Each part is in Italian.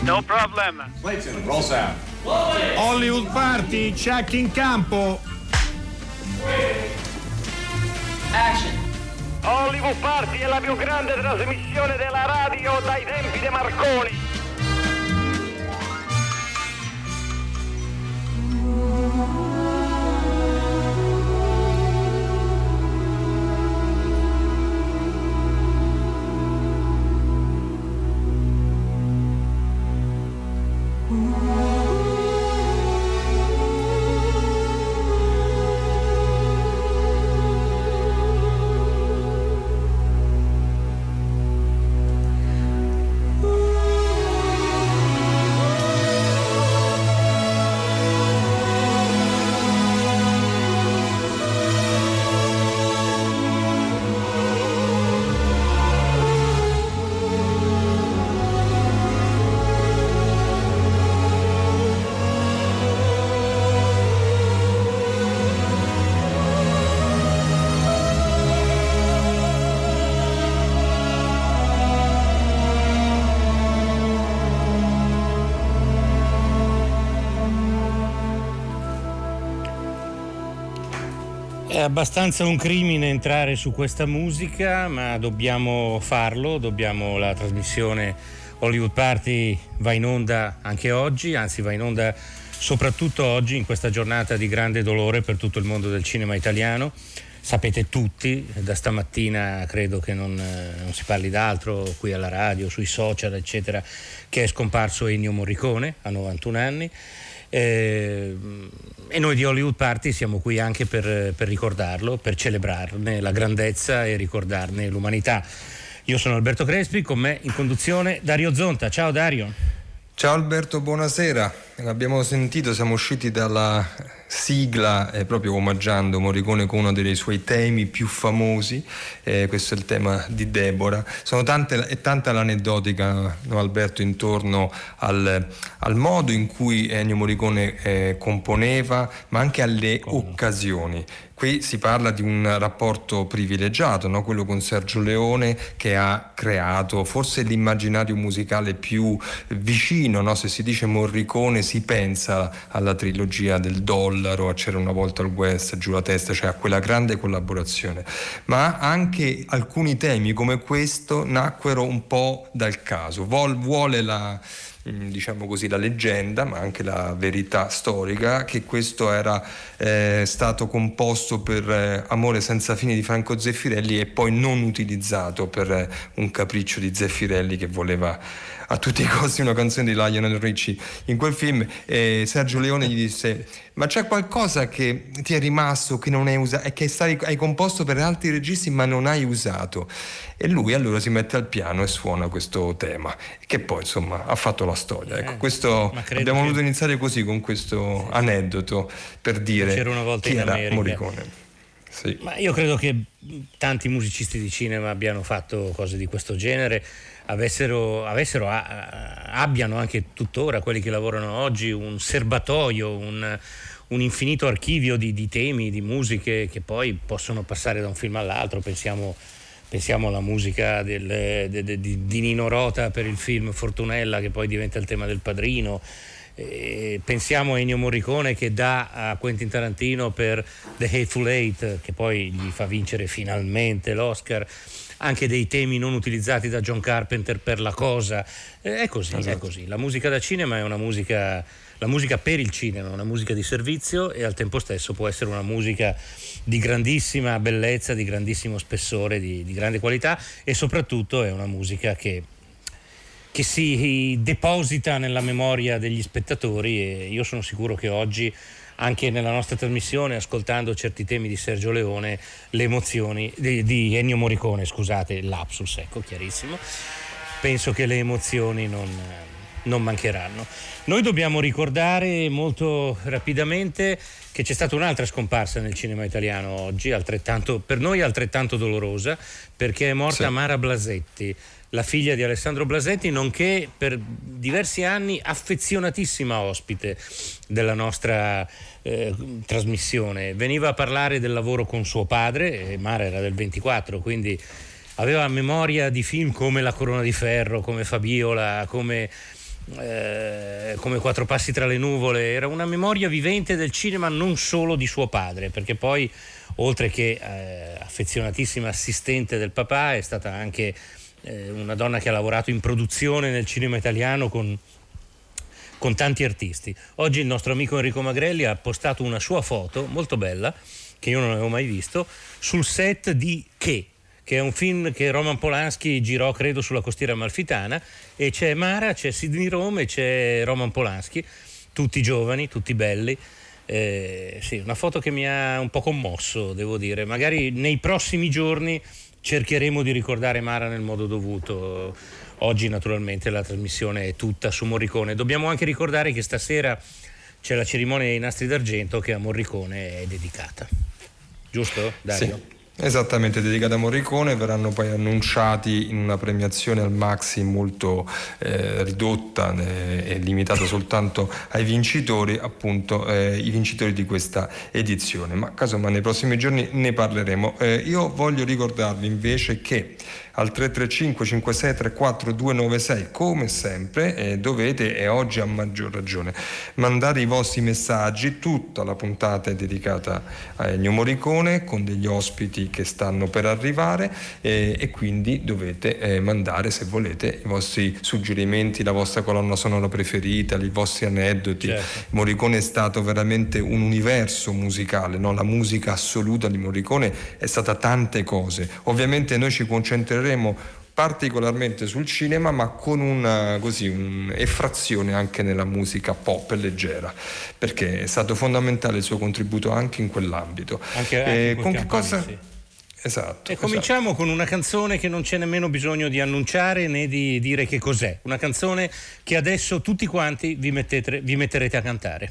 No problem. Clayton, roll sound. Hollywood Party, check in campo. Action. Hollywood Party è la più grande trasmissione della radio dai tempi di Marconi. È abbastanza un crimine entrare su questa musica, ma dobbiamo farlo, la trasmissione Hollywood Party va in onda anche oggi, anzi va in onda soprattutto oggi, in questa giornata di grande dolore per tutto il mondo del cinema italiano. Sapete tutti, da stamattina credo che non si parli d'altro qui alla radio, sui social eccetera, che è scomparso Ennio Morricone a 91 anni. E noi di Hollywood Party siamo qui anche per ricordarlo, per celebrarne la grandezza e ricordarne l'umanità. Io sono Alberto Crespi, con me in conduzione Dario Zonta. Ciao Dario. Ciao Alberto, buonasera. Abbiamo sentito, siamo usciti dalla sigla proprio omaggiando Morricone con uno dei suoi temi più famosi, questo è il tema di Deborah. Sono tanta l'aneddotica, no, Alberto, intorno al modo in cui Ennio Morricone componeva, ma anche alle occasioni. Qui si parla di un rapporto privilegiato, no? Quello con Sergio Leone, che ha creato forse l'immaginario musicale più vicino, no? Se si dice Morricone si pensa alla trilogia del Dollaro, a C'era una volta al West, Giù la testa, cioè a quella grande collaborazione. Ma anche alcuni temi come questo nacquero un po' dal caso. Vuole diciamo così, la leggenda, ma anche la verità storica, che questo era stato composto per Amore senza fine di Franco Zeffirelli e poi non utilizzato per un capriccio di Zeffirelli, che voleva a tutti i costi una canzone di Lionel Richie in quel film. Sergio Leone gli disse: ma c'è qualcosa che ti è rimasto, che non hai usato, e che hai composto per altri registi ma non hai usato? E lui allora si mette al piano e suona questo tema, che poi insomma ha fatto la storia. Ecco, questo abbiamo voluto iniziare così, con questo aneddoto, per dire C'era una volta chi in era America. Morricone. Sì. Ma io credo che tanti musicisti di cinema abbiano fatto cose di questo genere, abbiano anche tuttora, quelli che lavorano oggi, un serbatoio, un infinito archivio di temi, di musiche che poi possono passare da un film all'altro. Pensiamo alla musica di Nino Rota per il film Fortunella, che poi diventa il tema del Padrino. Pensiamo a Ennio Morricone, che dà a Quentin Tarantino per The Hateful Eight, che poi gli fa vincere finalmente l'Oscar, anche dei temi non utilizzati da John Carpenter per La Cosa. È così, esatto. È così. La musica da cinema è la musica per il cinema, una musica di servizio, e al tempo stesso può essere una musica di grandissima bellezza, di grandissimo spessore, di grande qualità, e soprattutto è una musica che si deposita nella memoria degli spettatori. E io sono sicuro che oggi, anche nella nostra trasmissione, ascoltando certi temi di Sergio Leone, le emozioni di Ennio Morricone, scusate, lapsus, ecco, chiarissimo, penso che le emozioni non mancheranno. Noi dobbiamo ricordare molto rapidamente che c'è stata un'altra scomparsa nel cinema italiano oggi, per noi altrettanto dolorosa, perché è morta Mara Blasetti, la figlia di Alessandro Blasetti, nonché per diversi anni affezionatissima ospite della nostra trasmissione. Veniva a parlare del lavoro con suo padre, e Mara era del 24, quindi aveva memoria di film come La Corona di Ferro, come Fabiola, come come Quattro passi tra le nuvole, era una memoria vivente del cinema, non solo di suo padre, perché poi oltre che affezionatissima assistente del papà è stata anche una donna che ha lavorato in produzione nel cinema italiano con tanti artisti. Oggi il nostro amico Enrico Magrelli ha postato una sua foto molto bella, che io non avevo mai visto, sul set di Che è un film che Roman Polanski girò credo sulla costiera amalfitana, e c'è Mara, c'è Sidney Rome e c'è Roman Polanski, tutti giovani, tutti belli. Sì, una foto che mi ha un po' commosso, devo dire. Magari nei prossimi giorni cercheremo di ricordare Mara nel modo dovuto. Oggi naturalmente la trasmissione è tutta su Morricone. Dobbiamo anche ricordare che stasera c'è la cerimonia dei Nastri d'Argento che a Morricone è dedicata. Giusto, Dario? Sì. Esattamente, dedicata a Morricone. Verranno poi annunciati in una premiazione al Maxi molto ridotta e limitata soltanto ai vincitori, appunto i vincitori di questa edizione, ma casomai nei prossimi giorni ne parleremo. Io voglio ricordarvi invece che al 335 56 34 296 come sempre dovete, e oggi a maggior ragione, mandare i vostri messaggi. Tutta la puntata è dedicata a Ennio Morricone con degli ospiti che stanno per arrivare, e quindi dovete mandare, se volete, i vostri suggerimenti, la vostra colonna sonora preferita, i vostri aneddoti. Certo. Morricone è stato veramente un universo musicale, no? La musica assoluta di Morricone è stata tante cose. Ovviamente noi ci concentreremo particolarmente sul cinema, ma con un'effrazione anche nella musica pop leggera, perché è stato fondamentale il suo contributo anche in quell'ambito. Anche con che cosa? Sì. Esatto. E cominciamo con una canzone che non c'è nemmeno bisogno di annunciare né di dire che cos'è. Una canzone che adesso tutti quanti vi metterete a cantare.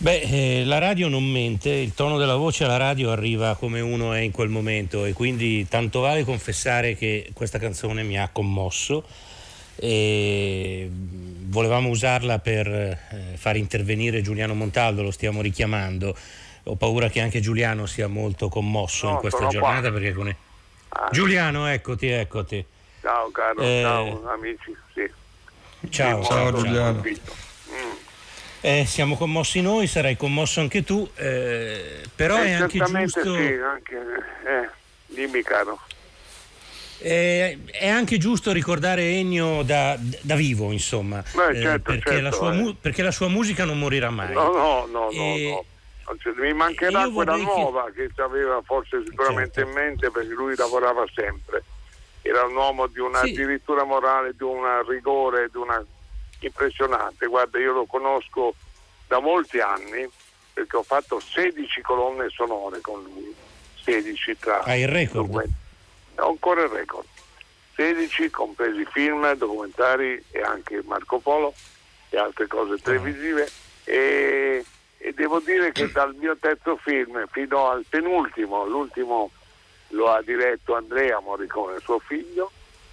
La radio non mente, il tono della voce alla radio arriva come uno è in quel momento, e quindi tanto vale confessare che questa canzone mi ha commosso e volevamo usarla per far intervenire Giuliano Montaldo, lo stiamo richiamando. Ho paura che anche Giuliano sia molto commosso in questa giornata, perché Giuliano, eccoti. Ciao caro, ciao amici. Sì. Ciao Giuliano. Siamo commossi noi, sarai commosso anche tu, però è anche giusto. Sì, dimmi caro. È anche giusto ricordare Ennio da vivo, insomma, perché la sua musica non morirà mai. No. Mi mancherà quella nuova che aveva forse sicuramente in mente, perché lui lavorava sempre. Era un uomo di una addirittura morale, di un rigore, di una impressionante. Guarda, io lo conosco da molti anni perché ho fatto 16 colonne sonore con lui. 16 tra. Hai il record? Ho ancora il record. 16, compresi film, documentari e anche Marco Polo e altre cose televisive. E devo dire che dal mio terzo film fino al penultimo, l'ultimo lo ha diretto Andrea Morricone, suo figlio,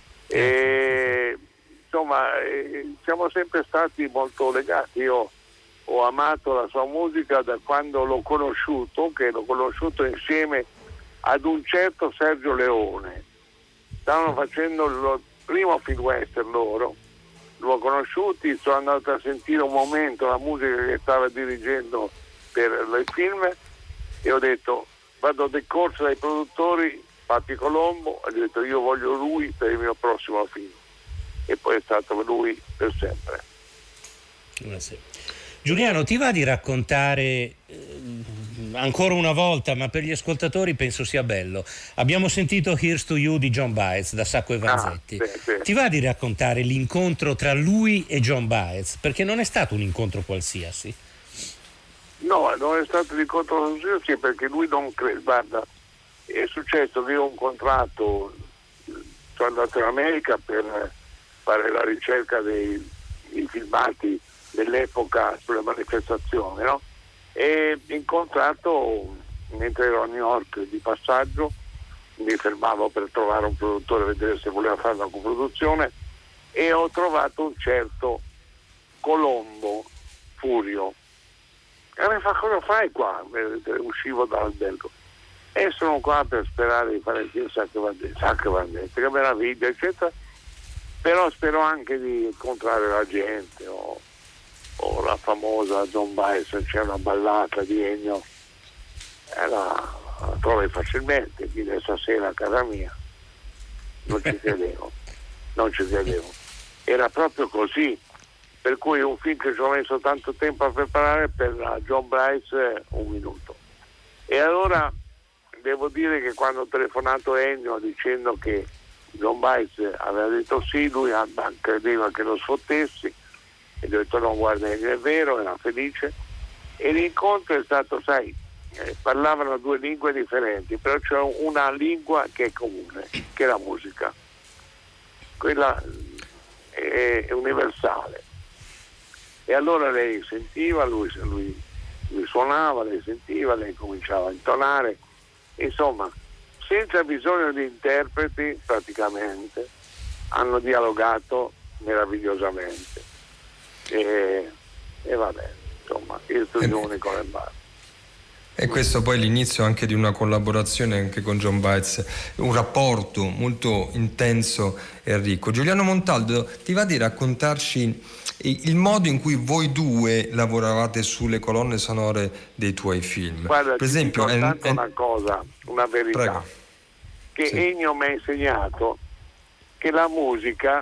e insomma siamo sempre stati molto legati. Io ho amato la sua musica da quando l'ho conosciuto insieme ad un certo Sergio Leone. Stavano facendo il primo film western loro, l'ho conosciuti, sono andato a sentire un momento la musica che stava dirigendo per il film e ho detto: vado decorso dai produttori, Papi Colombo, e ho detto: io voglio lui per il mio prossimo film, e poi è stato lui per sempre. Giuliano, ti va di raccontare ancora una volta, ma per gli ascoltatori penso sia bello, abbiamo sentito Here's to You di John Baez da Sacco e Vanzetti, sì. Ti va di raccontare l'incontro tra lui e John Baez, perché non è stato un incontro qualsiasi? No, non è stato un incontro qualsiasi, perché lui non crede. Guarda, è successo che io ho incontrato, sono andato in America per fare la ricerca dei filmati dell'epoca sulle manifestazioni, no? E incontrato mentre ero a New York di passaggio, mi fermavo per trovare un produttore, vedere se voleva fare una coproduzione, e ho trovato un certo Colombo Furio e mi fa: cosa fai qua? Uscivo dall'albergo e sono qua per sperare di fare il film Sacco e Vanzetti, che meraviglia, eccetera, però spero anche di incontrare la gente o la famosa John Baez. C'è una ballata di Ennio, la trovi facilmente, chi stasera a casa mia. Non ci credevo, era proprio così, per cui un film che ci ho messo tanto tempo a preparare, per la John Baez 1 minuto. E allora devo dire che quando ho telefonato Ennio dicendo che John Baez aveva detto sì, lui credeva che lo sfottessi, e gli ho detto: no, guarda, è vero, era felice. E l'incontro è stato, sai, parlavano 2 lingue differenti, però c'è una lingua che è comune, che è la musica. Quella è universale. E allora lei sentiva, lui suonava, lei sentiva, lei cominciava a intonare, insomma, senza bisogno di interpreti praticamente, hanno dialogato meravigliosamente. E vabbè, insomma, il tuo unico e basta. E questo poi è l'inizio anche di una collaborazione anche con John Baez, un rapporto molto intenso e ricco. Giuliano Montaldo, ti va di raccontarci il modo in cui voi due lavoravate sulle colonne sonore dei tuoi film? Guarda, per esempio, ti dico una cosa, una verità. Prego. Che Sì. Ennio mi ha insegnato che la musica,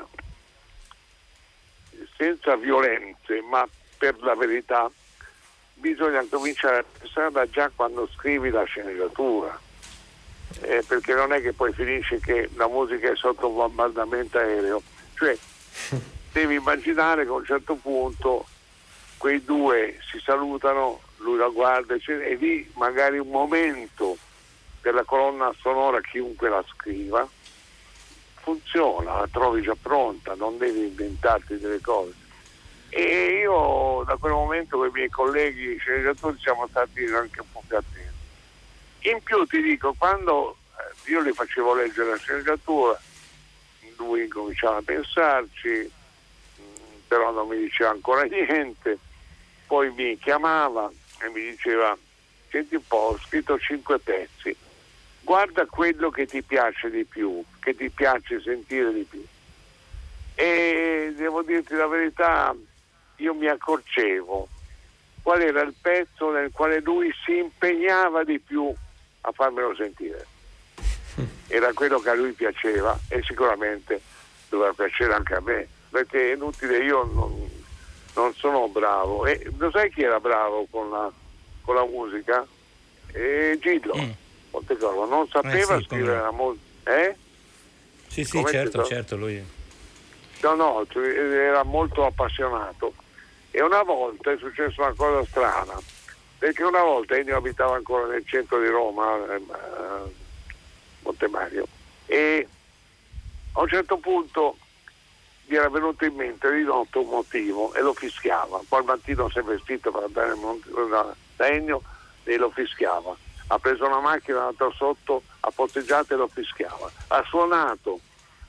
senza violenze, ma per la verità, bisogna cominciare a pensarla già quando scrivi la sceneggiatura, perché non è che poi finisce che la musica è sotto un bombardamento aereo, cioè devi immaginare che a un certo punto quei due si salutano, lui la guarda, e lì magari un momento della colonna sonora, chiunque la scriva, funziona, la trovi già pronta, non devi inventarti delle cose. E io da quel momento con i miei colleghi sceneggiatori siamo stati anche un po' più attenti. In più ti dico, quando io gli facevo leggere la sceneggiatura, lui cominciava a pensarci, però non mi diceva ancora niente, poi mi chiamava e mi diceva: senti un po', ho scritto 5 pezzi, guarda quello che ti piace di più, che ti piace sentire di più. E devo dirti la verità, io mi accorgevo qual era il pezzo nel quale lui si impegnava di più a farmelo sentire. Era quello che a lui piaceva e sicuramente doveva piacere anche a me, perché è inutile, io non sono bravo. E lo sai chi era bravo con la musica? Gillo Montecorvo, non sapeva scrivere la musica. Sì, Come certo, lui. No, era molto appassionato. E una volta è successa una cosa strana, perché una volta io abitavo ancora nel centro di Roma, Montemario, e a un certo punto gli era venuto in mente di notte un motivo e lo fischiava. Poi al mattino si è vestito per andare da Ennio e lo fischiava. Ha preso una macchina, è andato sotto, ha posteggiato e lo fischiava. Ha suonato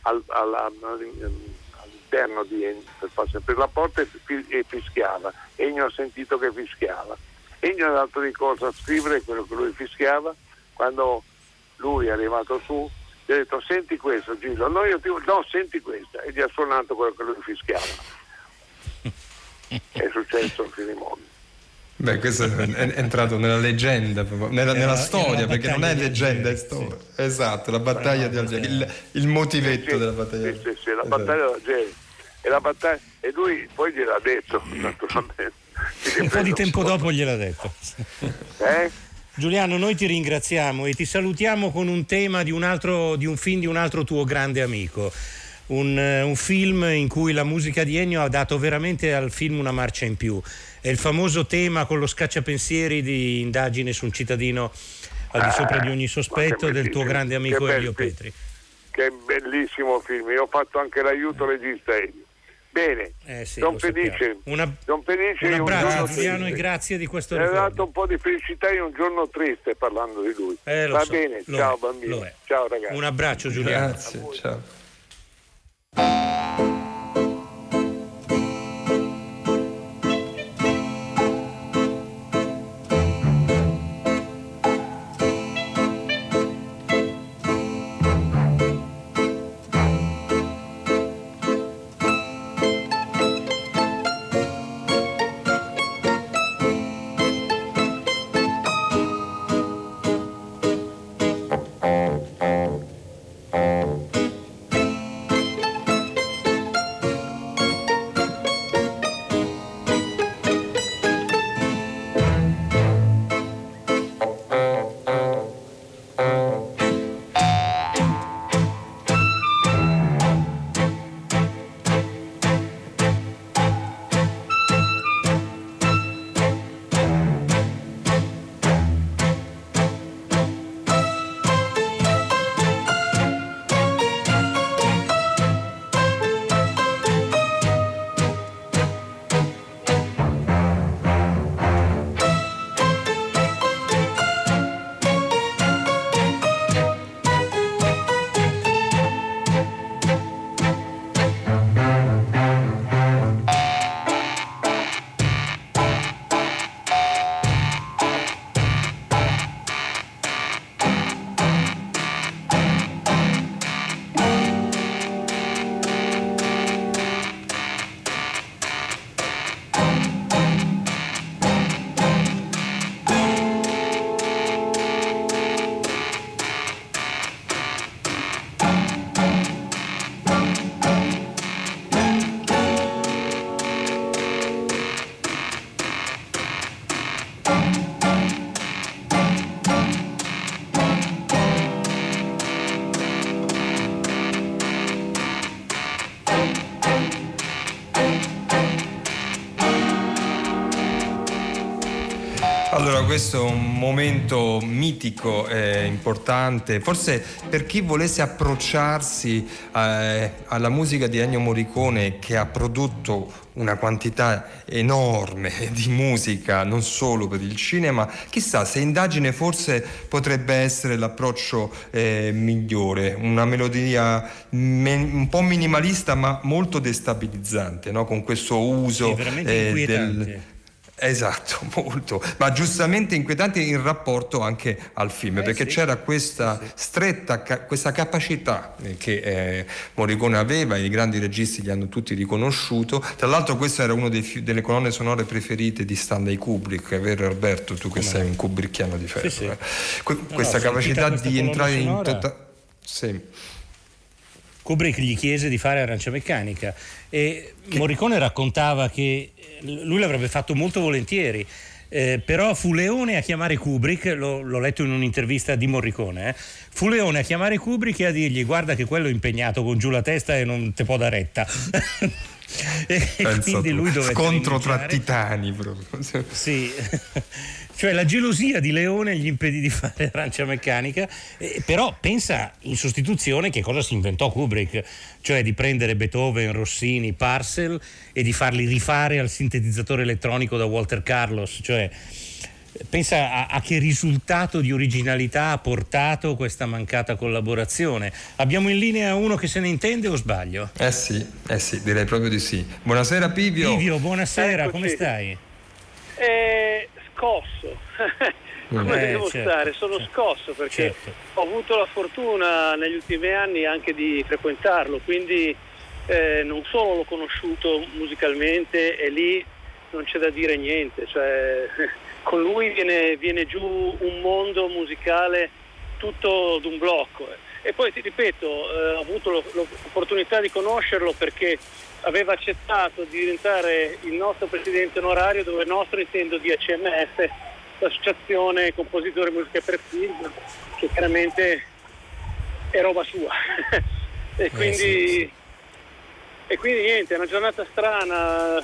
all'interno di Ennio per far sempre la porta e fischiava. Ennio ha sentito che fischiava. Ennio è andato di corsa a scrivere quello che lui fischiava. Quando lui è arrivato su, gli ha detto: senti questo, Gillo. No, senti questa. E gli ha suonato quello che lui fischiava. È successo in finimondo. Beh, questo è entrato nella leggenda, nella storia, perché non è leggenda, è storia. Sì. Esatto, la battaglia di Algeri, il motivetto della battaglia. Sì, la battaglia di Algeri. E lui poi gliel'ha detto, naturalmente. Un po' di tempo dopo gliel'ha detto. Giuliano, noi ti ringraziamo e ti salutiamo con un tema di un film di un altro tuo grande amico. Un film in cui la musica di Ennio ha dato veramente al film una marcia in più. È il famoso tema con lo scacciapensieri di Indagine su un cittadino al di sopra di ogni sospetto del tuo grande amico Elio Petri. Che bellissimo film, io ho fatto anche l'aiuto regista Elio. Bene, Don Felice, un abbraccio a Giuliano e grazie di questo ricordo. Mi ha dato un po' di felicità in un giorno triste parlando di lui. Va bene, ciao bambini, ciao ragazzi. Un abbraccio Giuliano. Grazie, ciao. Allora, questo è un momento mitico e importante, forse per chi volesse approcciarsi alla musica di Ennio Morricone, che ha prodotto una quantità enorme di musica, non solo per il cinema. Chissà, se indagine forse potrebbe essere l'approccio migliore, una melodia un po' minimalista ma molto destabilizzante, no? Con questo uso veramente inquietante. Esatto, molto, ma giustamente inquietante in rapporto anche al film, perché c'era questa stretta, questa capacità che Morricone aveva, e i grandi registi gli hanno tutti riconosciuto. Tra l'altro questa era una delle colonne sonore preferite di Stanley Kubrick, è vero Alberto, tu che sei un kubrickiano di ferro. Sì. Questa capacità di entrare in sì. Kubrick gli chiese di fare Arancia Meccanica e Morricone raccontava che lui l'avrebbe fatto molto volentieri, però fu Leone a chiamare Kubrick, l'ho letto in un'intervista di Morricone, fu Leone a chiamare Kubrick e a dirgli: guarda che quello è impegnato con giù la testa e non te può dar retta. E quindi lui dovette scontro rinunciare. Tra titani proprio. Sì. Cioè la gelosia di Leone gli impedì di fare Arancia Meccanica, però pensa in sostituzione che cosa si inventò Kubrick, cioè di prendere Beethoven, Rossini, Purcell e di farli rifare al sintetizzatore elettronico da Walter Carlos, cioè pensa a che risultato di originalità ha portato questa mancata collaborazione. Abbiamo in linea uno che se ne intende o sbaglio? Sì, direi proprio di sì. Buonasera Pivio. Pivio, buonasera, come stai? Scosso. Come devo stare? Sono scosso perché ho avuto la fortuna negli ultimi anni anche di frequentarlo, quindi non solo l'ho conosciuto musicalmente e lì non c'è da dire niente, cioè con lui viene giù un mondo musicale tutto d'un blocco. E poi ti ripeto, ho avuto l'opportunità di conoscerlo perché aveva accettato di diventare il nostro presidente onorario, dove nostro intendo di ACMF, l'associazione compositori musica per film, che chiaramente è roba sua. E quindi niente, è una giornata strana.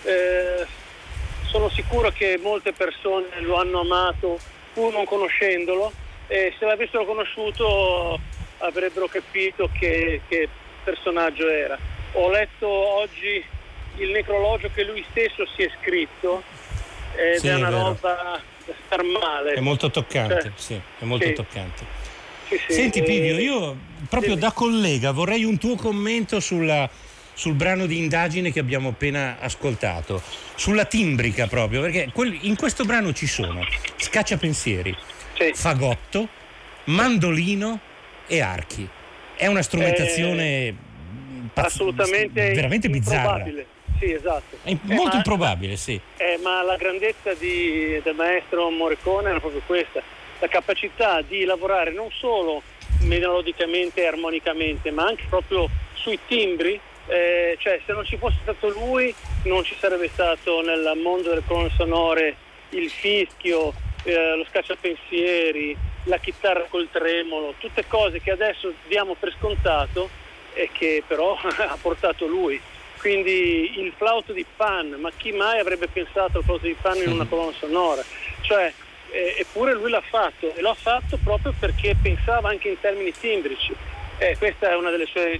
Sono sicuro che molte persone lo hanno amato pur non conoscendolo, e se l'avessero conosciuto avrebbero capito che personaggio era. Ho letto oggi il necrologio che lui stesso si è scritto ed è una roba da star male. È molto toccante, è molto toccante. Senti Pivio, io proprio da collega vorrei un tuo commento sul brano di indagine che abbiamo appena ascoltato, sulla timbrica proprio, perché in questo brano ci sono scacciapensieri, fagotto, mandolino e archi. È una strumentazione assolutamente veramente bizzarra. Sì, esatto. È molto improbabile, sì. Ma la grandezza del maestro Morricone era proprio questa, la capacità di lavorare non solo melodicamente e armonicamente, ma anche proprio sui timbri. Cioè, se non ci fosse stato lui non ci sarebbe stato nel mondo delle colonne sonore il fischio, lo scacciapensieri, la chitarra col tremolo, tutte cose che adesso diamo per scontato e che però ha portato lui. Quindi il flauto di Pan, ma chi mai avrebbe pensato al flauto di Pan in una colonna sonora? Cioè, eppure lui l'ha fatto, e l'ha fatto proprio perché pensava anche in termini timbrici. Questa è una delle sue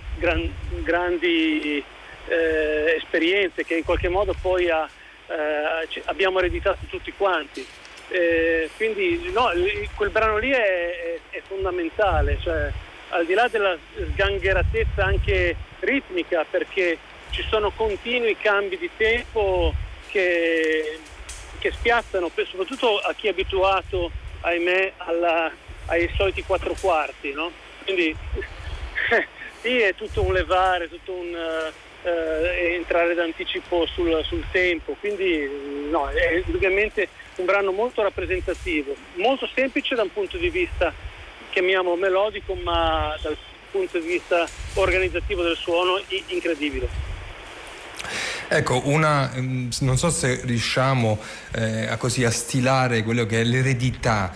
grandi esperienze che in qualche modo poi abbiamo ereditato tutti quanti. Quindi quel brano lì è fondamentale, cioè, al di là della sgangheratezza anche ritmica, perché ci sono continui cambi di tempo che spiazzano, soprattutto a chi è abituato, ahimè, ai soliti 4 quarti, no? Quindi sì, è tutto un levare, tutto un entrare d'anticipo sul tempo, quindi è indubbiamente un brano molto rappresentativo, molto semplice da un punto di vista, chiamiamolo melodico, ma dal punto di vista organizzativo del suono incredibile. Ecco, non so se riusciamo a stilare quello che è l'eredità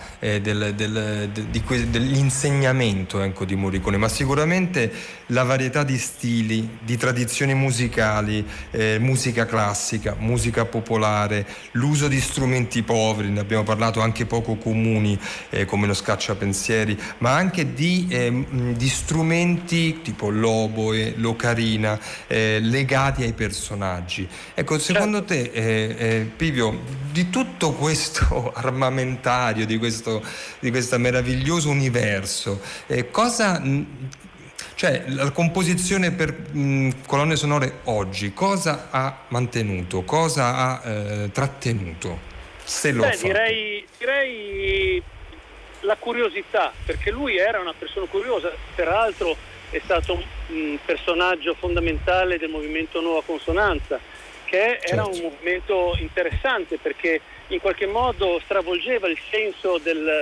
dell'insegnamento, ecco, di Morricone, ma sicuramente la varietà di stili, di tradizioni musicali, musica classica, musica popolare, l'uso di strumenti poveri, ne abbiamo parlato, anche poco comuni, come lo scacciapensieri, ma anche di strumenti tipo l'oboe, l'ocarina, legati ai personaggi. Ecco, secondo te, Pivio, di tutto questo armamentario, di questo meraviglioso universo, cioè la composizione per colonne sonore oggi, cosa ha mantenuto, cosa ha trattenuto, se lo ha fatto? Direi la curiosità, perché lui era una persona curiosa, peraltro è stato un personaggio fondamentale del movimento Nuova Consonanza, che era un movimento interessante perché in qualche modo stravolgeva il senso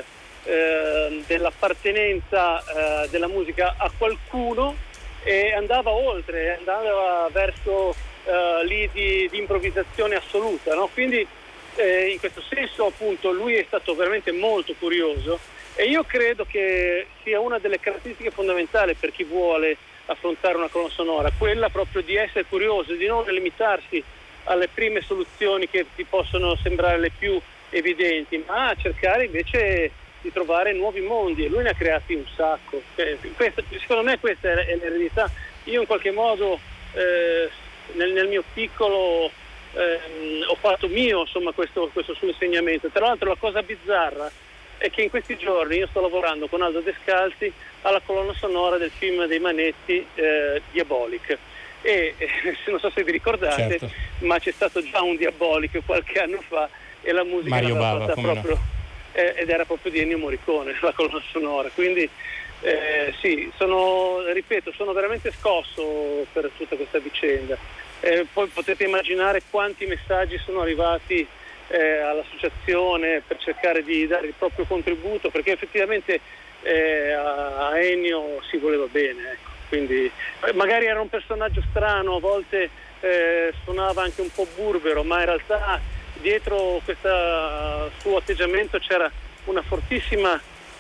dell'appartenenza della musica a qualcuno e andava oltre, andava verso di improvvisazione assoluta, no? Quindi in questo senso appunto lui è stato veramente molto curioso. E io credo che sia una delle caratteristiche fondamentali per chi vuole affrontare una colonna sonora, quella proprio di essere curioso, di non limitarsi alle prime soluzioni che ti possono sembrare le più evidenti, ma cercare invece di trovare nuovi mondi, e lui ne ha creati un sacco. Secondo me questa è l'eredità. Io in qualche modo nel mio piccolo ho fatto mio, insomma, questo suo insegnamento. Tra l'altro la cosa bizzarra è che in questi giorni io sto lavorando con Aldo Descalzi alla colonna sonora del film dei Manetti, Diabolic, e non so se vi ricordate, ma c'è stato già un Diabolic qualche anno fa e la musica Mario Bava, proprio ed era proprio di Ennio Morricone la colonna sonora, quindi sì, sono veramente scosso per tutta questa vicenda. Poi potete immaginare quanti messaggi sono arrivati all'associazione per cercare di dare il proprio contributo, perché effettivamente a Ennio si voleva bene, ecco. Quindi magari era un personaggio strano, a volte suonava anche un po' burbero, ma in realtà dietro questo suo atteggiamento c'era un fortissimo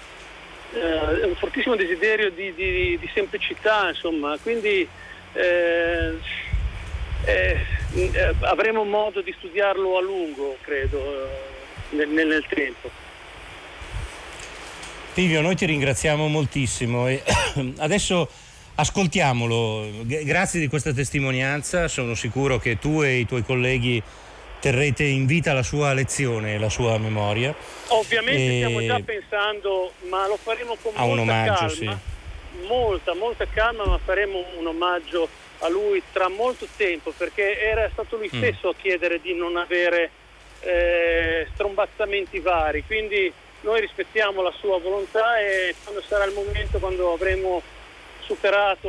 desiderio di semplicità, insomma, quindi avremo modo di studiarlo a lungo, credo, nel tempo. Pivio, noi ti ringraziamo moltissimo e adesso ascoltiamolo. Grazie di questa testimonianza, sono sicuro che tu e i tuoi colleghi terrete in vita la sua lezione e la sua memoria. Ovviamente stiamo già pensando, ma lo faremo con molta calma, sì. molta calma, ma faremo un omaggio a lui tra molto tempo, perché era stato lui stesso a chiedere di non avere strombazzamenti vari, quindi noi rispettiamo la sua volontà e quando sarà il momento, quando avremo superato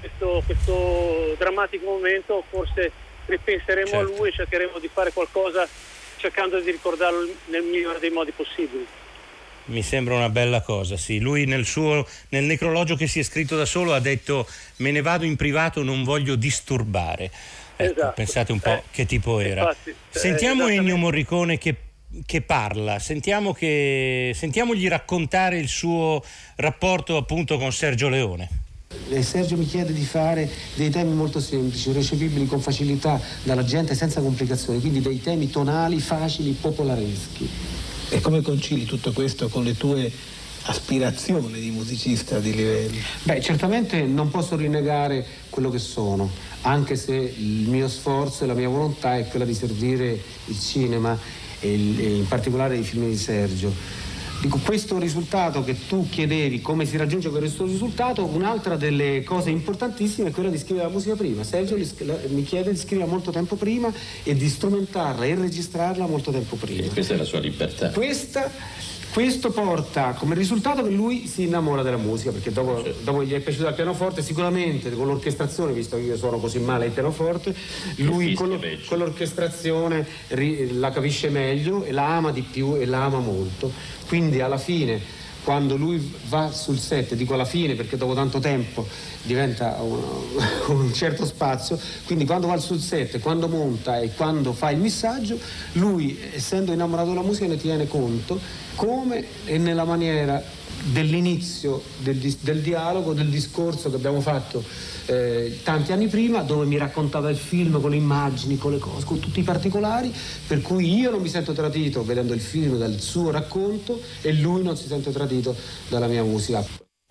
questo drammatico momento, forse ripenseremo a lui e cercheremo di fare qualcosa cercando di ricordarlo nel migliore dei modi possibili. Mi sembra una bella cosa, sì. Lui nel necrologio che si è scritto da solo ha detto: me ne vado in privato, non voglio disturbare. Ecco, esatto. Pensate un po' che tipo era. Infatti, sentiamo Ennio Morricone che parla, sentiamogli raccontare il suo rapporto appunto con Sergio Leone. Sergio mi chiede di fare dei temi molto semplici, recepibili con facilità dalla gente senza complicazioni, quindi dei temi tonali, facili, popolareschi. E come concili tutto questo con le tue aspirazioni di musicista di livello? Beh, certamente non posso rinnegare quello che sono, anche se il mio sforzo e la mia volontà è quella di servire il cinema e in particolare i film di Sergio. Dico, questo risultato che tu chiedevi, come si raggiunge questo risultato, un'altra delle cose importantissime è quella di scrivere la musica prima. Sergio mi chiede di scriverla molto tempo prima e di strumentarla e registrarla molto tempo prima. E questa è la sua libertà. Questo porta come risultato che lui si innamora della musica, perché dopo gli è piaciuto il pianoforte, sicuramente con l'orchestrazione, visto che io suono così male il pianoforte, lui con l'orchestrazione la capisce meglio e la ama di più e la ama molto. Quindi alla fine quando lui va sul set, dico alla fine perché dopo tanto tempo diventa un certo spazio, quindi quando va sul set, quando monta e quando fa il missaggio, lui, essendo innamorato della musica, ne tiene conto come e nella maniera dell'inizio del dialogo, del discorso che abbiamo fatto tanti anni prima, dove mi raccontava il film con le immagini, con le cose, con tutti i particolari, per cui io non mi sento tradito vedendo il film dal suo racconto e lui non si sente tradito dalla mia musica.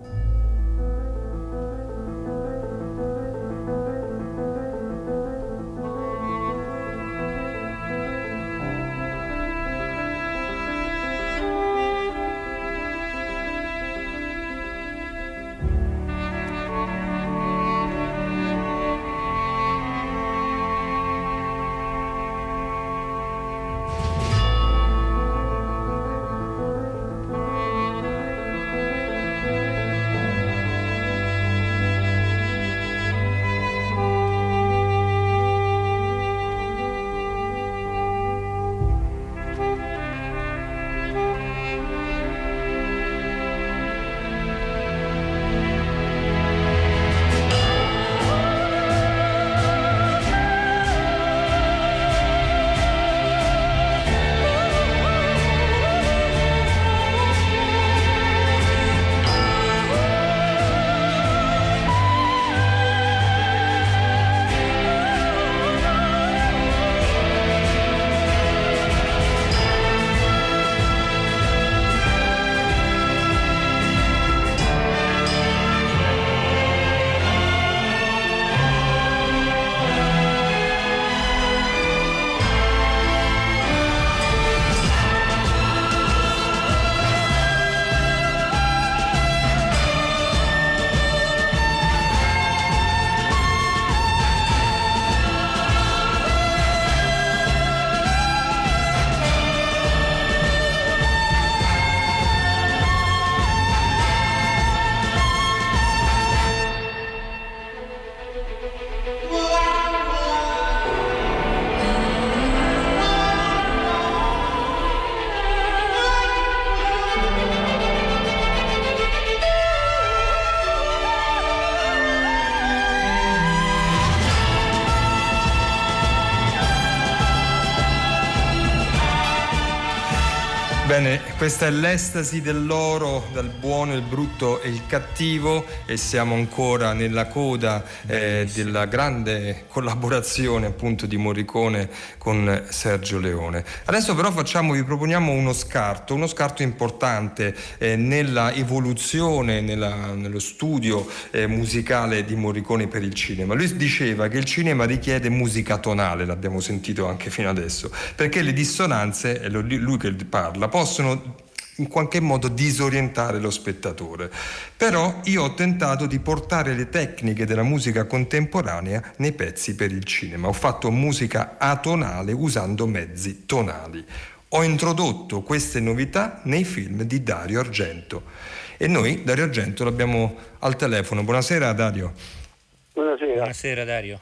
Bene, questa è l'estasi dell'oro, dal buono, il brutto e il cattivo, e siamo ancora nella coda della grande collaborazione appunto di Morricone con Sergio Leone. Adesso però vi proponiamo uno scarto importante nella evoluzione, nello studio musicale di Morricone per il cinema. Lui diceva che il cinema richiede musica tonale, l'abbiamo sentito anche fino adesso, perché le dissonanze, è lui che parla, possono in qualche modo disorientare lo spettatore. Però io ho tentato di portare le tecniche della musica contemporanea nei pezzi per il cinema. Ho fatto musica atonale usando mezzi tonali. Ho introdotto queste novità nei film di Dario Argento. E noi Dario Argento l'abbiamo al telefono. Buonasera Dario. Buonasera. Buonasera Dario.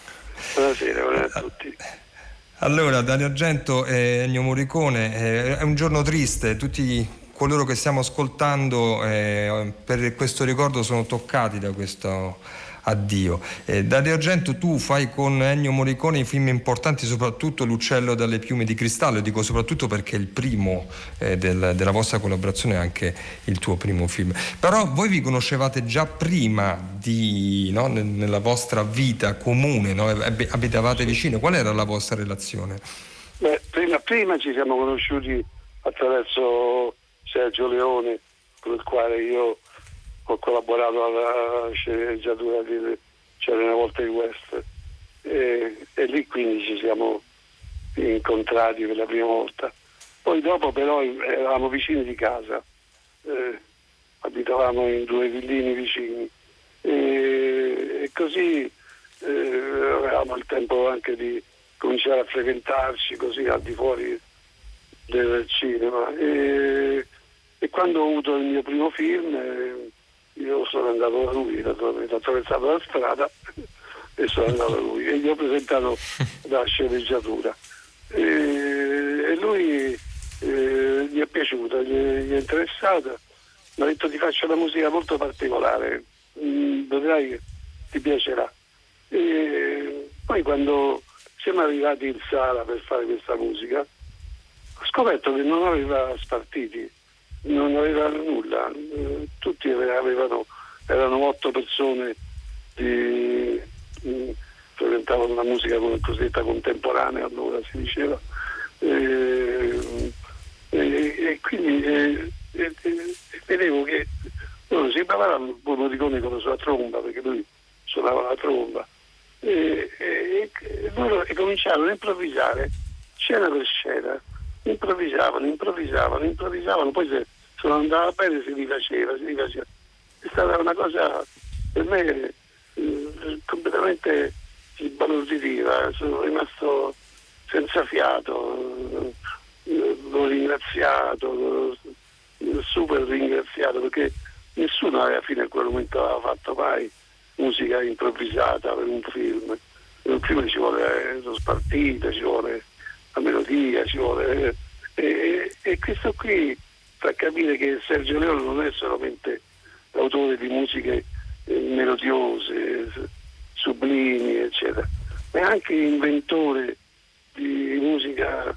Buonasera a tutti. Allora, Dario Argento e Ennio Morricone, è un giorno triste, tutti coloro che stiamo ascoltando per questo ricordo sono toccati da questo addio. Dario Argento, tu fai con Ennio Morricone i film importanti, soprattutto L'uccello dalle piume di cristallo, dico soprattutto perché è il primo della vostra collaborazione, è anche il tuo primo film. Però voi vi conoscevate già prima nella vostra vita comune, no? Abitavate vicino, qual era la vostra relazione? Beh, prima ci siamo conosciuti attraverso Sergio Leone, con il quale io ho collaborato alla sceneggiatura di C'era una volta il West, e lì quindi ci siamo incontrati per la prima volta. Poi dopo però eravamo vicini di casa, abitavamo in 2 villini vicini, e così avevamo il tempo anche di cominciare a frequentarci così al di fuori del cinema, e quando ho avuto il mio primo film io sono andato da lui, ho attraversato la strada e sono andato da lui e gli ho presentato la sceneggiatura, e lui gli è piaciuta, gli è interessata, mi ha detto ti faccio una musica molto particolare, vedrai che ti piacerà. E poi quando siamo arrivati in sala per fare questa musica, ho scoperto che non aveva spartiti, non aveva nulla, tutti erano 8 persone presentavano una musica cosiddetta contemporanea, allora si diceva, e quindi vedevo che loro si parlavano Morricone con la sua tromba, perché lui suonava la tromba, e loro cominciarono a improvvisare scena per scena, improvvisavano, poi se non andava bene si rifaceva. È stata una cosa per me completamente sbalorditiva, sono rimasto senza fiato, l'ho ringraziato, super ringraziato, perché nessuno alla fine a quel momento aveva fatto mai musica improvvisata per un film. Per un film ci vuole lo spartito, ci vuole la melodia, ci vuole e questo qui fa capire che Sergio Leone non è solamente l'autore di musiche melodiose, sublimi, eccetera, ma è anche inventore di musica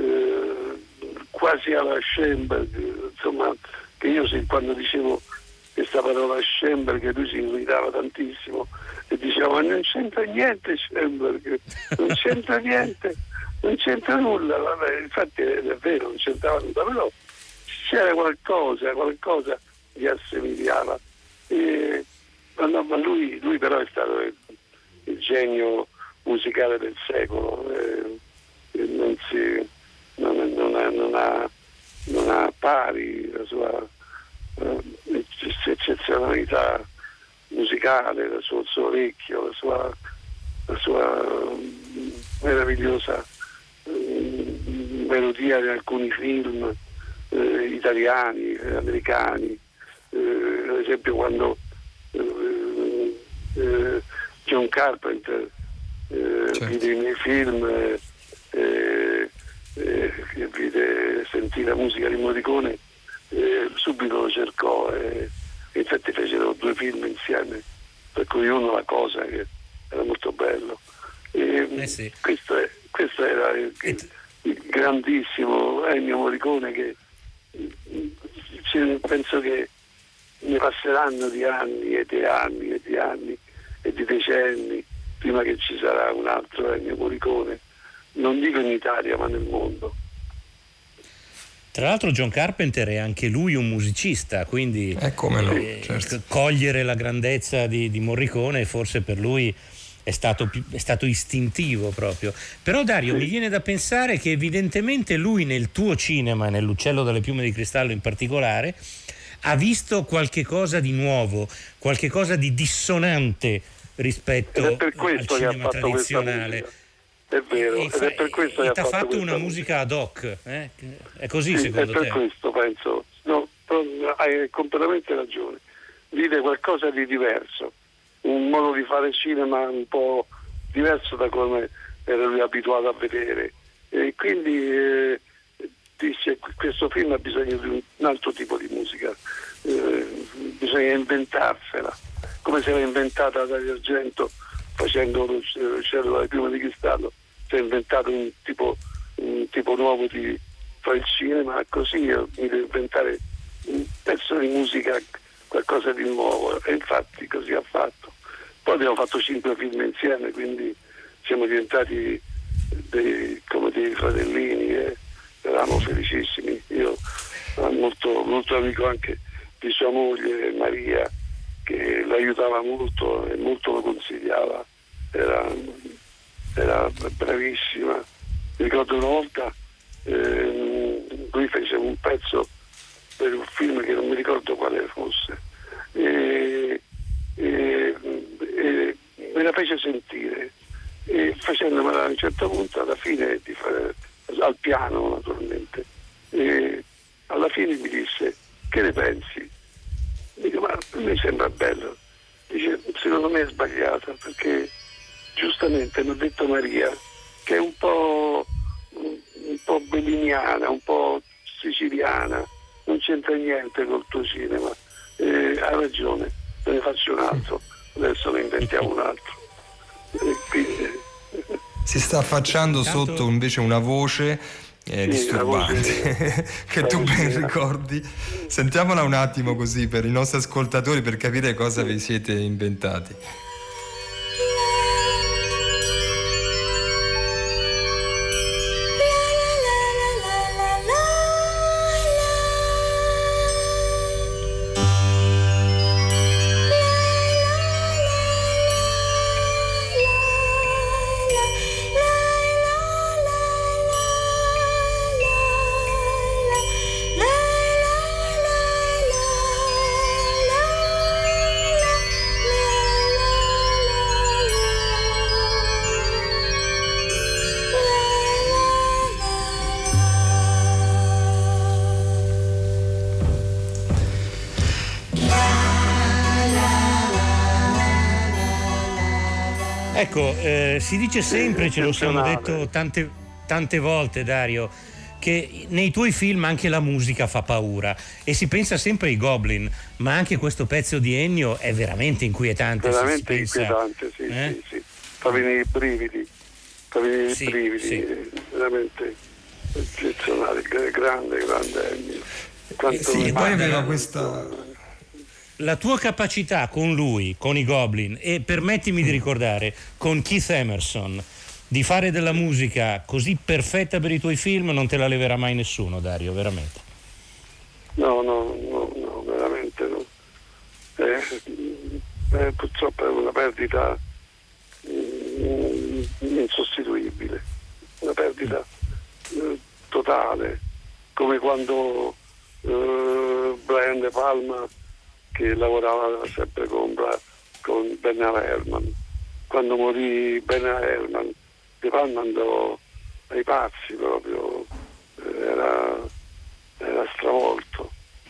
quasi alla Schoenberg, insomma, che io quando dicevo questa parola Schoenberg lui si irritava tantissimo e diceva ma non c'entra niente Schoenberg, non c'entra niente, non c'entra nulla. Vabbè, infatti è vero, non c'entrava nulla, però c'era qualcosa che assomigliava. Ma lui però è stato il genio musicale del secolo, non ha pari la sua eccezionalità musicale, il suo orecchio, la sua meravigliosa melodia di alcuni film italiani, americani, ad esempio quando John Carpenter vide i miei film sentì la musica di Morricone, subito lo cercò e infatti fecero 2 film insieme, per cui uno La Cosa, che era molto bello, sì. Questo era il grandissimo Ennio Morricone, che penso che ne passeranno di anni e di anni e di anni e di decenni prima che ci sarà un altro Ennio Morricone, non dico in Italia ma nel mondo. Tra l'altro John Carpenter è anche lui un musicista, quindi certo. Cogliere la grandezza di Morricone forse per lui è stato istintivo proprio. Però Dario, mi viene da pensare che evidentemente lui nel tuo cinema, nell'Uccello dalle piume di cristallo in particolare, ha visto qualche cosa di nuovo, qualche cosa di dissonante rispetto al cinema tradizionale. È vero, ed è per questo che ha fatto una musica ad hoc, È così, secondo te? È per questo penso, no, hai completamente ragione. Vide qualcosa di diverso, un modo di fare cinema un po' diverso da come era lui abituato a vedere, e quindi disse questo film ha bisogno di un altro tipo di musica, bisogna inventarsela, come si era inventata Dario Argento facendo l'Uccello dalle piume di cristallo. Si è inventato un tipo nuovo di fare il cinema, così io mi devo inventare un pezzo di musica, qualcosa di nuovo, e infatti così ha fatto. Poi abbiamo fatto 5 film insieme, quindi siamo diventati come dei fratellini e eravamo felicissimi. Io ero molto amico anche di sua moglie Maria, che l'aiutava molto e molto lo consigliava, era bravissima. Mi ricordo una volta lui fece un pezzo per un film che non mi ricordo quale fosse e me la fece sentire, e facendomela a un certo punto, alla fine al piano naturalmente, e alla fine mi disse: che ne pensi? Dico: ma mi sembra bello. Dice: secondo me è sbagliata, perché giustamente mi ha detto Maria, che è un po' belliniana, un po' siciliana, non c'entra niente col tuo cinema. Hai ragione, te ne faccio un altro, adesso ne inventiamo un altro. Quindi... Si sta affacciando sotto invece una voce disturbante che tu ben ricordi. Sentiamola un attimo così per i nostri ascoltatori, per capire cosa vi siete inventati. Ecco, si dice sempre, ce lo siamo detto tante volte, Dario, che nei tuoi film anche la musica fa paura e si pensa sempre ai Goblin, ma anche questo pezzo di Ennio è veramente inquietante. Veramente inquietante, sì. Fa venire i brividi, veramente eccezionale, grande Ennio. E poi aveva questa... La tua capacità con lui, con i Goblin, e permettimi di ricordare, con Keith Emerson, di fare della musica così perfetta per i tuoi film, non te la leverà mai nessuno, Dario, veramente. No, veramente no. Purtroppo è una perdita insostituibile, una perdita totale, come quando Brian De Palma, che lavorava sempre con Bernard Herrmann. Quando morì Bernard Herrmann, De Palma andò ai pazzi proprio, era stravolto.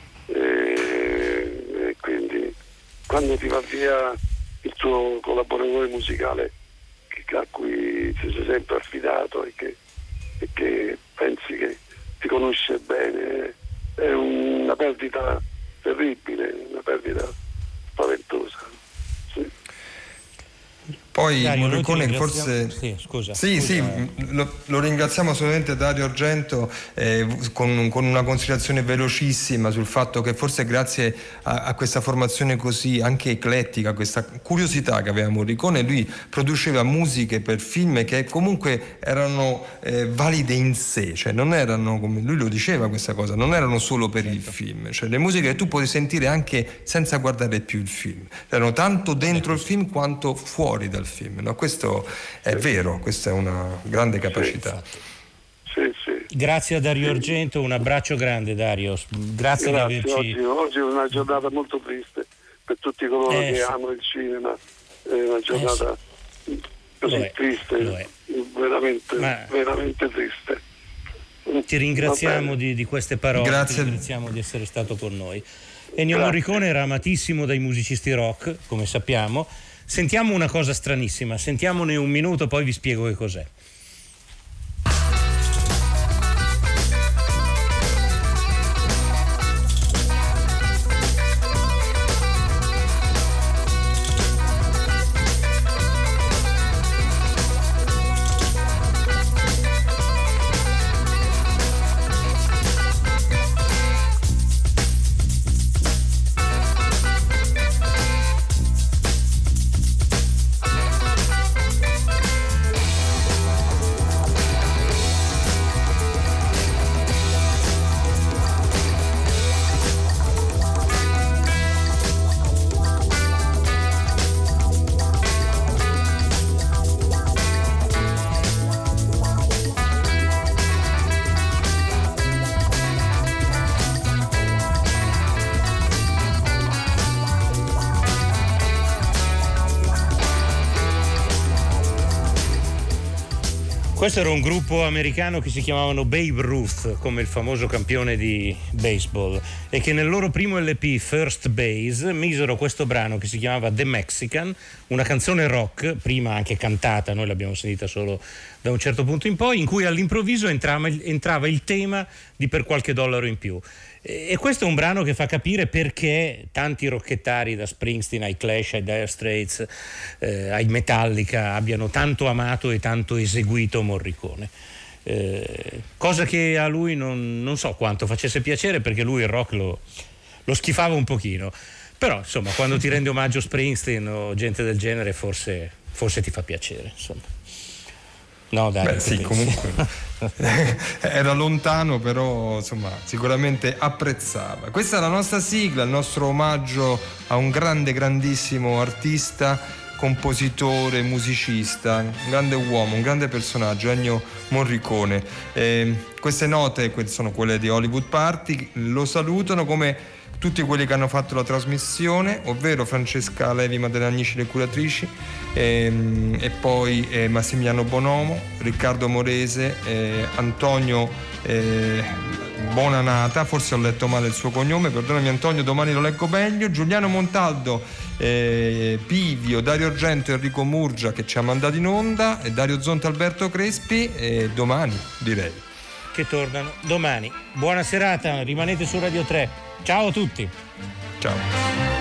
E quindi quando ti va via il tuo collaboratore musicale a cui ti sei sempre affidato e che pensi che ti conosce bene, è una perdita terribile, una perdita spaventosa. Sì. Poi Dario, Morricone forse lo ringraziamo assolutamente, Dario Argento, con una considerazione velocissima sul fatto che forse grazie a questa formazione così anche eclettica, questa curiosità che aveva Morricone, lui produceva musiche per film che comunque erano valide in sé, cioè non erano, come lui lo diceva questa cosa, non erano solo per il film, cioè le musiche che tu puoi sentire anche senza guardare più il film, erano tanto dentro il film quanto fuori dal film, no? Questo è vero, questa è una grande capacità. Sì. Grazie a Dario Argento, un abbraccio grande, Dario, grazie di averci... Oggi è una giornata molto triste per tutti coloro che amano il cinema, è una giornata così triste, veramente triste. Ti ringraziamo di queste parole, ti ringraziamo di essere stato con noi. Ennio Morricone era amatissimo dai musicisti rock, come sappiamo. Sentiamo una cosa stranissima, sentiamone un minuto, poi vi spiego che cos'è. Questo era un gruppo americano che si chiamavano Babe Ruth, come il famoso campione di baseball, e che nel loro primo LP First Base misero questo brano che si chiamava The Mexican, una canzone rock, prima anche cantata, noi l'abbiamo sentita solo da un certo punto in poi, in cui all'improvviso entrava il tema di Per qualche dollaro in più. E questo è un brano che fa capire perché tanti rockettari, da Springsteen ai Clash, ai Dire Straits, ai Metallica, abbiano tanto amato e tanto eseguito Morricone. Cosa che a lui non so quanto facesse piacere, perché lui il rock lo schifava un pochino, però insomma quando ti rende omaggio Springsteen o gente del genere forse ti fa piacere, insomma. No, dai, sì, comunque era lontano, però insomma sicuramente apprezzava. Questa è la nostra sigla, il nostro omaggio a un grandissimo artista, compositore, musicista, un grande uomo, un grande personaggio, Ennio Morricone. Queste note sono quelle di Hollywood Party, lo salutano come tutti quelli che hanno fatto la trasmissione, ovvero Francesca Levi, Maddalena Agnici, le curatrici, e poi Massimiliano Bonomo, Riccardo Morese, Antonio Bonanata, forse ho letto male il suo cognome, perdonami Antonio, domani lo leggo meglio, Giuliano Montaldo, Pivio, Dario Argento, Enrico Murgia che ci ha mandato in onda, e Dario Zonta, Alberto Crespi, domani direi che tornano domani. Buona serata, rimanete su Radio 3. Ciao a tutti. Ciao.